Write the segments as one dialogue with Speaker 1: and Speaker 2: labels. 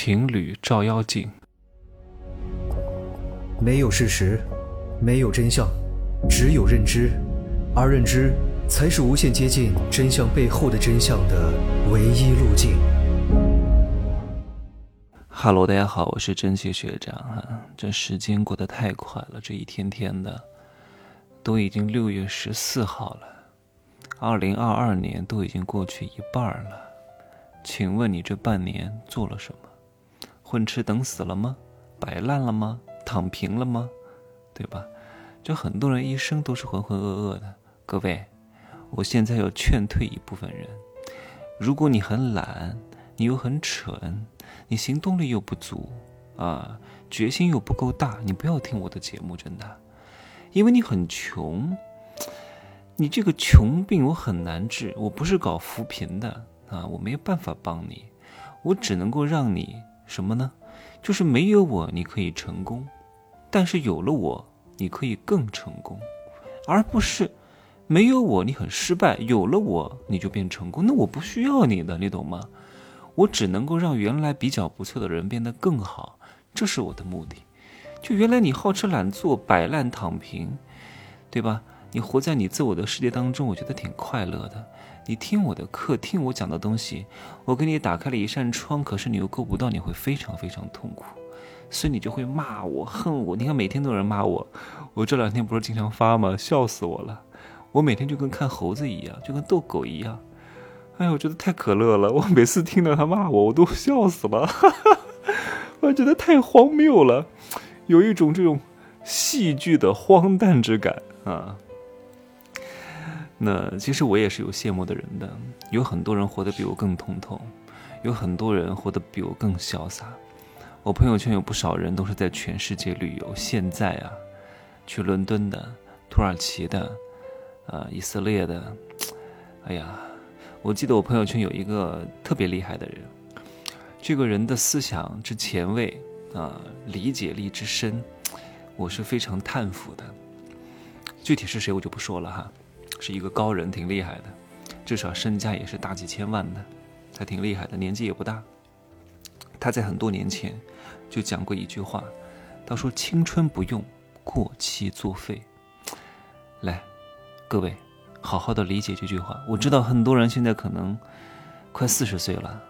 Speaker 1: 情侣照妖镜。
Speaker 2: 没有事实，没有真相，只有认知，而认知才是无限接近真相背后的真相的唯一路径。
Speaker 1: 哈喽，大家好，我是真奇学长哈。这时间过得太快了，这一天天的都已经6月14号了，2022年都已经过去一半了。请问你这半年做了什么？混吃等死了吗？摆烂了吗？躺平了吗？对吧？这很多人一生都是浑浑噩噩的。各位，我现在要劝退一部分人，如果你很懒，你又很蠢，你行动力又不足决心又不够大，你不要听我的节目，真的。因为你很穷，你这个穷病我很难治，我不是搞扶贫的我没有办法帮你，我只能够让你什么呢？就是没有我你可以成功，但是有了我你可以更成功，而不是没有我你很失败，有了我你就变成功。那我不需要你的，你懂吗？我只能够让原来比较不错的人变得更好，这是我的目的。就原来你好吃懒做，摆烂躺平，对吧？你活在你自我的世界当中，我觉得挺快乐的。你听我的课，听我讲的东西，我给你打开了一扇窗，可是你又够不到，你会非常非常痛苦，所以你就会骂我恨我。你看每天都有人骂我，我这2天不是经常发吗？笑死我了，我每天就跟看猴子一样，就跟逗狗一样。哎呀，我觉得太可乐了，我每次听到他骂我，我都笑死了我觉得太荒谬了，有一种这种戏剧的荒诞之感那其实我也是有羡慕的人的，有很多人活得比我更通透，有很多人活得比我更潇洒。我朋友圈有不少人都是在全世界旅游，现在去伦敦的、土耳其的、以色列的。哎呀，我记得我朋友圈有一个特别厉害的人，这个人的思想之前卫理解力之深，我是非常叹服的。具体是谁我就不说了哈，是一个高人，挺厉害的，至少身家也是大几千万的，还挺厉害的，年纪也不大。他在很多年前就讲过一句话，他说青春不用过期作废。来，各位好好的理解这句话。我知道很多人现在可能快40岁了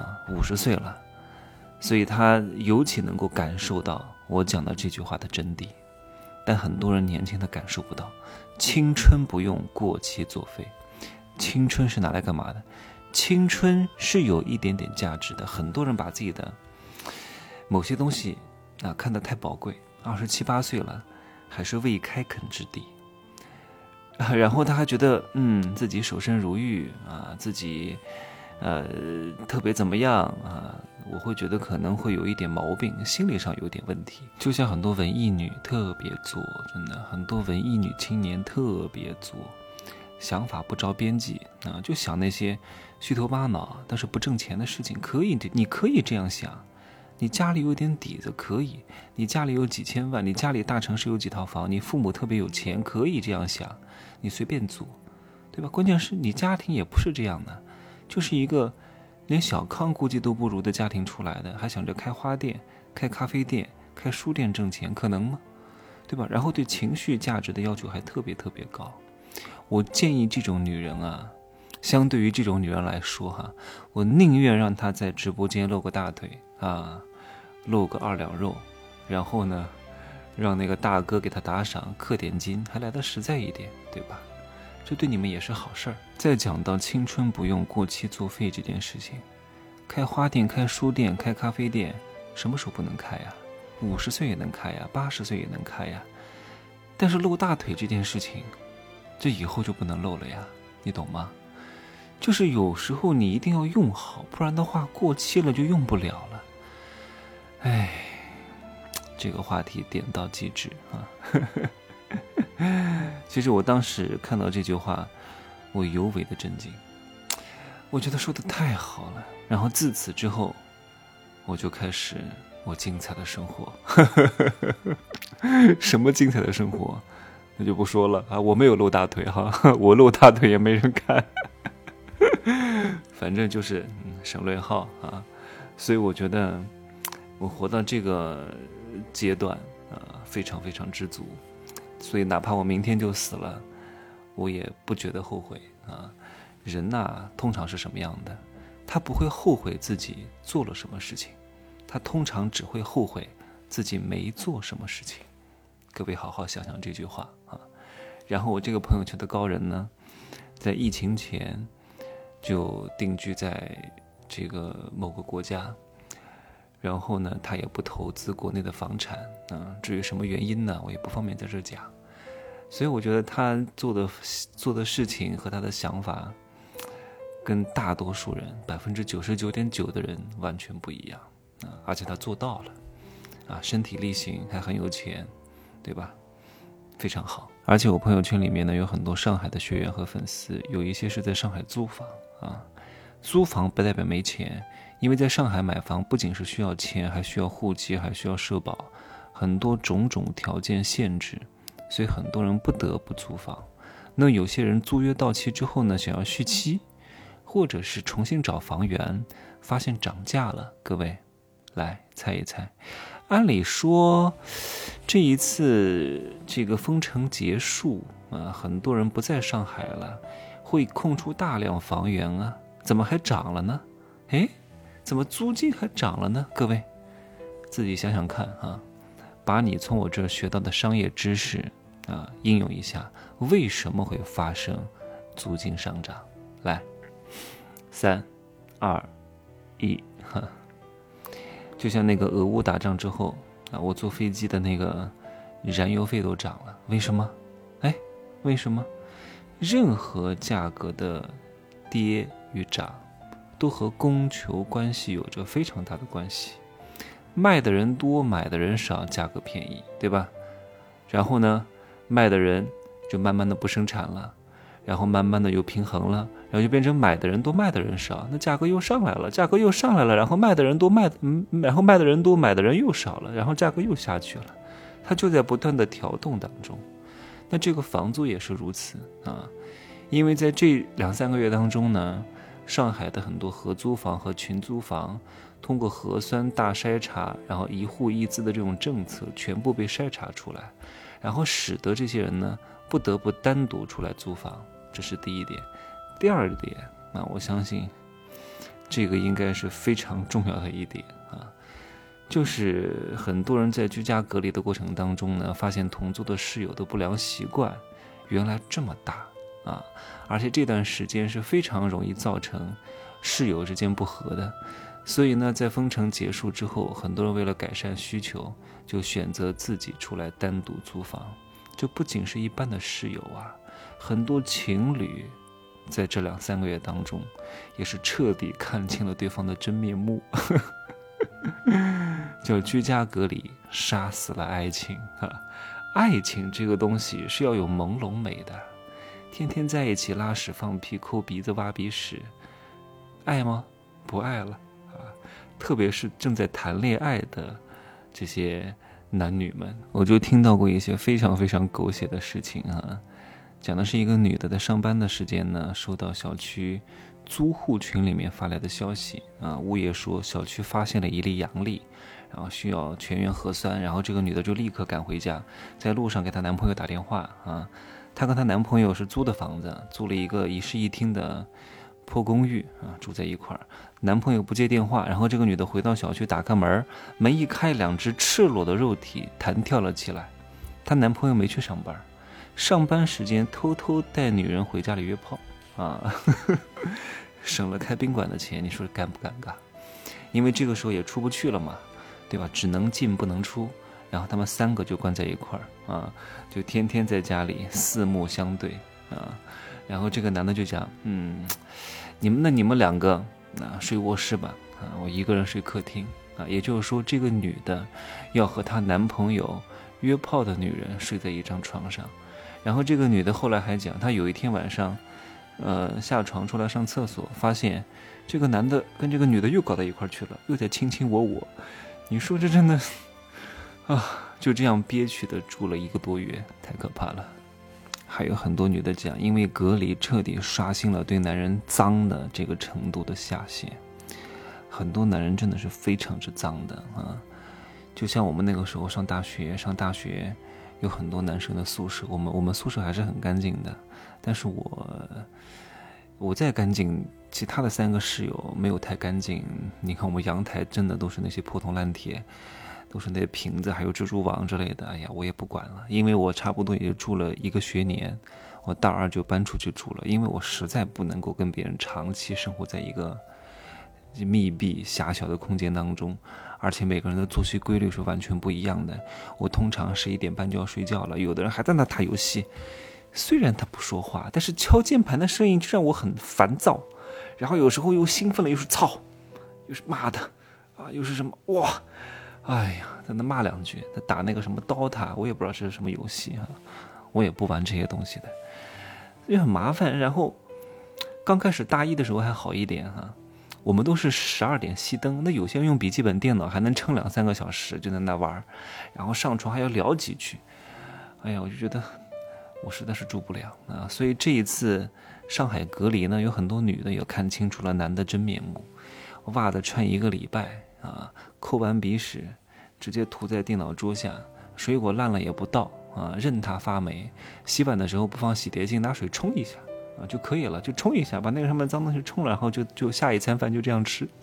Speaker 1: 50岁了，所以他尤其能够感受到我讲的这句话的真谛，但很多人年轻他感受不到。青春不用过期作废，青春是拿来干嘛的？青春是有一点点价值的。很多人把自己的某些东西看得太宝贵，27、28岁了还是未开垦之地然后他还觉得自己守身如玉自己特别怎么样我会觉得可能会有一点毛病，心理上有点问题。就像很多文艺女特别作，真的很多文艺女青年特别作，想法不着边际就想那些虚头巴脑但是不挣钱的事情。可以，你可以这样想，你家里有点底子可以，你家里有几千万，你家里大城市有几套房，你父母特别有钱，可以这样想，你随便做，对吧？关键是你家庭也不是这样的，就是一个连小康估计都不如的家庭出来的，还想着开花店、开咖啡店、开书店挣钱，可能吗？对吧？然后对情绪价值的要求还特别特别高。我建议这种女人相对于这种女人来说我宁愿让她在直播间露个大腿露个2两肉，然后呢让那个大哥给她打赏氪点金，还来得实在一点，对吧？这对你们也是好事儿。再讲到青春不用过期作废这件事情，开花店、开书店、开咖啡店，什么时候不能开50岁也能开80岁也能开但是露大腿这件事情，这以后就不能露了你懂吗？就是有时候你一定要用好，不然的话过期了就用不了了。这个话题点到即止其实我当时看到这句话，我尤为的震惊，我觉得说的太好了。然后自此之后，我就开始我精彩的生活什么精彩的生活那就不说了我没有露大腿我露大腿也没人看反正就是省略号所以我觉得我活到这个阶段非常非常知足，所以哪怕我明天就死了，我也不觉得后悔人通常是什么样的？他不会后悔自己做了什么事情，他通常只会后悔自己没做什么事情。各位好好想想这句话然后我这个朋友圈的高人呢，在疫情前就定居在这个某个国家，然后呢，他也不投资国内的房产至于什么原因呢，我也不方便在这讲。所以我觉得他做的事情和他的想法，跟大多数人99.9%的人完全不一样而且他做到了身体力行，还很有钱，对吧？非常好。而且我朋友圈里面呢，有很多上海的学员和粉丝，有一些是在上海租房租房不代表没钱，因为在上海买房不仅是需要钱，还需要户籍，还需要社保，很多种种条件限制，所以很多人不得不租房。那有些人租约到期之后呢，想要续期，或者是重新找房源，发现涨价了。各位来猜一猜，按理说这一次这个封城结束很多人不在上海了，会空出大量房源怎么还涨了呢？怎么租金还涨了呢？各位自己想想看把你从我这学到的商业知识应用一下，为什么会发生租金上涨？来，3、2、1，就像那个俄乌打仗之后我坐飞机的那个燃油费都涨了，为什么？为什么？任何价格的跌与涨，都和供求关系有着非常大的关系。卖的人多，买的人少，价格便宜，对吧？然后呢，卖的人就慢慢的不生产了，然后慢慢的又平衡了，然后就变成买的人多，卖的人少，那价格又上来了，然后卖的人多，然后卖的人多，买的人又少了，然后价格又下去了，它就在不断的调动当中。那这个房租也是如此因为在这2-3个月当中呢，上海的很多合租房和群租房通过核酸大筛查，然后一户一资的这种政策全部被筛查出来，然后使得这些人呢不得不单独出来租房，这是第一点。第二点我相信这个应该是非常重要的一点就是很多人在居家隔离的过程当中呢，发现同租的室友的不良习惯原来这么大而且这段时间是非常容易造成室友之间不和的。所以呢，在封城结束之后，很多人为了改善需求，就选择自己出来单独租房。这不仅是一般的室友很多情侣在这2-3个月当中，也是彻底看清了对方的真面目。叫居家隔离杀死了爱情爱情这个东西是要有朦胧美的，天天在一起拉屎放屁抠鼻子挖鼻屎，爱吗？不爱了特别是正在谈恋爱的这些男女们，我就听到过一些非常非常狗血的事情讲的是一个女的在上班的时间呢，收到小区租户群里面发来的消息物业说小区发现了一例阳例，然后需要全员核酸，然后这个女的就立刻赶回家，在路上给她男朋友打电话她跟她男朋友是租的房子，租了一个1室1厅的破公寓住在一块儿。男朋友不接电话，然后这个女的回到小区打开门一开，2只赤裸的肉体弹跳了起来。她男朋友没去上班，上班时间偷偷带女人回家里约炮省了开宾馆的钱，你说尴不尴尬？因为这个时候也出不去了嘛，对吧？只能进不能出，然后他们3个就关在一块儿就天天在家里四目相对然后这个男的就讲你们2个睡卧室吧我一个人睡客厅也就是说这个女的要和她男朋友约炮的女人睡在一张床上。然后这个女的后来还讲，她有一天晚上下床出来上厕所，发现这个男的跟这个女的又搞到一块去了，又在卿我。你说这真的就这样憋屈的住了1个多月，太可怕了。还有很多女的讲，因为隔离彻底刷新了对男人脏的这个程度的下限，很多男人真的是非常之脏的就像我们那个时候上大学有很多男生的宿舍，我们宿舍还是很干净的，但是我再干净，其他的3个室友没有太干净。你看我们阳台真的都是那些破铜烂铁，都是那些瓶子还有蜘蛛网之类的。哎呀，我也不管了，因为我差不多也就住了1个学年，我大2就搬出去住了，因为我实在不能够跟别人长期生活在一个密闭狭小的空间当中，而且每个人的作息规律是完全不一样的。我通常11点半就要睡觉了，有的人还在那打游戏，虽然他不说话，但是敲键盘的声音就让我很烦躁，然后有时候又兴奋了，又是操，又是妈的啊，又是什么哇，哎呀，在那骂2句。他打那个什么 DOTA， 我也不知道这是什么游戏啊，我也不玩这些东西的，也很麻烦。然后刚开始大1的时候还好一点哈，我们都是12点熄灯，那有些人用笔记本电脑还能撑2-3个小时就在那玩，然后上床还要聊几句。哎呀，我就觉得我实在是住不了啊。所以这一次上海隔离呢，有很多女的也看清楚了男的真面目，袜子穿1个礼拜啊，抠完鼻屎直接涂在电脑桌下，水果烂了也不倒啊，任它发霉。洗碗的时候不放洗洁精，拿水冲一下啊就可以了，就冲一下，把那个上面脏东西冲了，然后就下一餐饭就这样吃。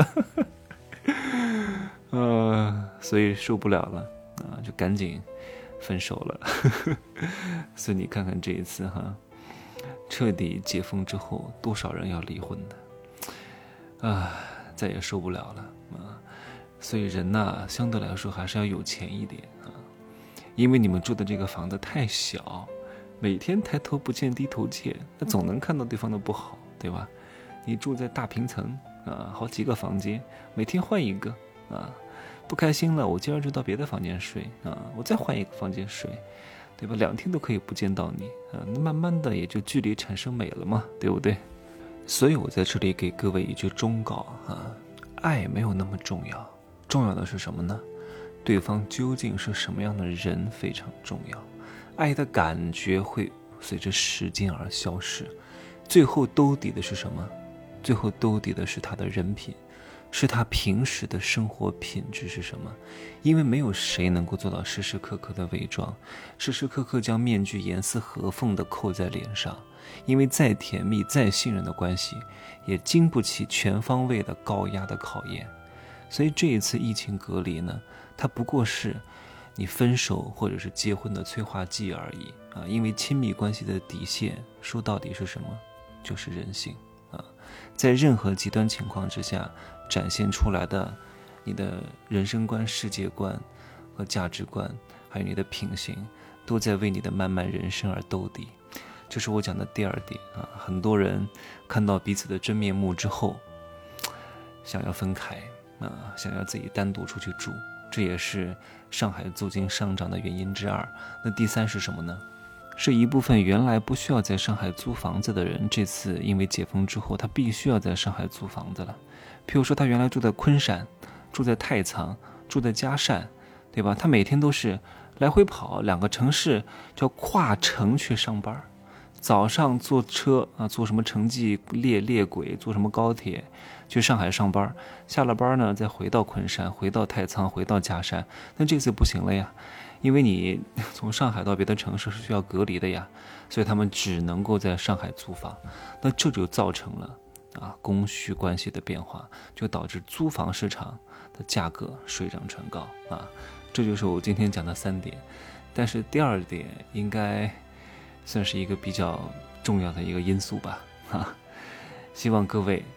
Speaker 1: 所以受不了了啊，就赶紧分手了。所以你看看这一次哈，彻底解封之后，多少人要离婚的啊，再也受不了了啊。所以人呐，相对来说还是要有钱一点啊，因为你们住的这个房子太小，每天抬头不见低头见，那总能看到对方的不好，对吧？你住在大平层啊，好几个房间，每天换一个啊，不开心了，我今儿就到别的房间睡啊，我再换一个房间睡，对吧？2天都可以不见到你啊，那慢慢的也就距离产生美了嘛，对不对？所以我在这里给各位一句忠告啊，爱没有那么重要，重要的是什么呢？对方究竟是什么样的人非常重要。爱的感觉会随着时间而消失，最后兜底的是什么？最后兜底的是他的人品，是他平时的生活品质是什么？因为没有谁能够做到时时刻刻的伪装，时时刻刻将面具严丝合缝地扣在脸上，因为再甜蜜再信任的关系也经不起全方位的高压的考验。所以这一次疫情隔离呢，它不过是你分手或者是结婚的催化剂而已啊！因为亲密关系的底线说到底是什么？就是人性啊！在任何极端情况之下展现出来的你的人生观、世界观和价值观，还有你的品行，都在为你的漫漫人生而兜底。这是我讲的第2点啊！很多人看到彼此的真面目之后，想要分开啊，想要自己单独出去住。这也是上海租金上涨的原因之2。那第3是什么呢？是一部分原来不需要在上海租房子的人，这次因为解封之后，他必须要在上海租房子了。譬如说他原来住在昆山，住在太仓，住在嘉善，对吧？他每天都是来回跑2个城市，就要跨城去上班。早上坐车啊，坐什么城际列轨，坐什么高铁去上海上班，下了班呢再回到昆山，回到太仓，回到嘉善。但这次不行了呀，因为你从上海到别的城市是需要隔离的呀，所以他们只能够在上海租房。那这就造成了供需关系的变化，就导致租房市场的价格水涨船高啊。这就是我今天讲的3点。但是第2点应该算是一个比较重要的一个因素吧，希望各位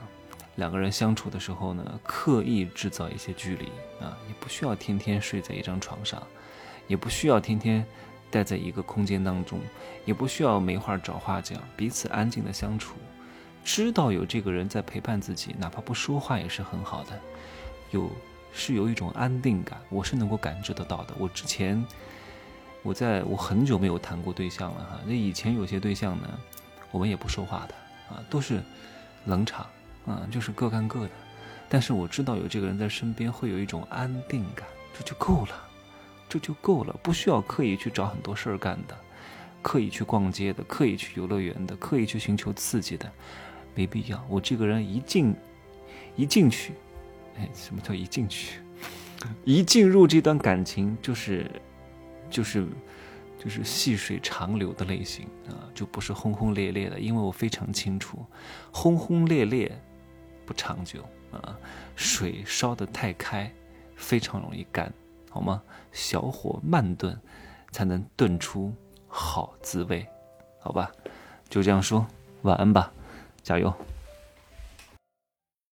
Speaker 1: 2个人相处的时候呢，刻意制造一些距离也不需要天天睡在一张床上，也不需要天天待在一个空间当中，也不需要没话找话讲，彼此安静的相处，知道有这个人在陪伴自己，哪怕不说话也是很好的，有一种安定感，我是能够感知得到的。我很久没有谈过对象了哈，那以前有些对象呢，我们也不说话的都是冷场就是各干各的。但是我知道有这个人在身边，会有一种安定感，这就够了，不需要刻意去找很多事儿干的，刻意去逛街的，刻意去游乐园的，刻意去寻求刺激的，没必要。我这个人一进去，什么叫一进去？ 一进入这段感情就是细水长流的类型啊，就不是轰轰烈烈的，因为我非常清楚，轰轰烈烈不长久啊，水烧得太开，非常容易干，好吗？小火慢炖，才能炖出好滋味，好吧？就这样说，晚安吧，加油。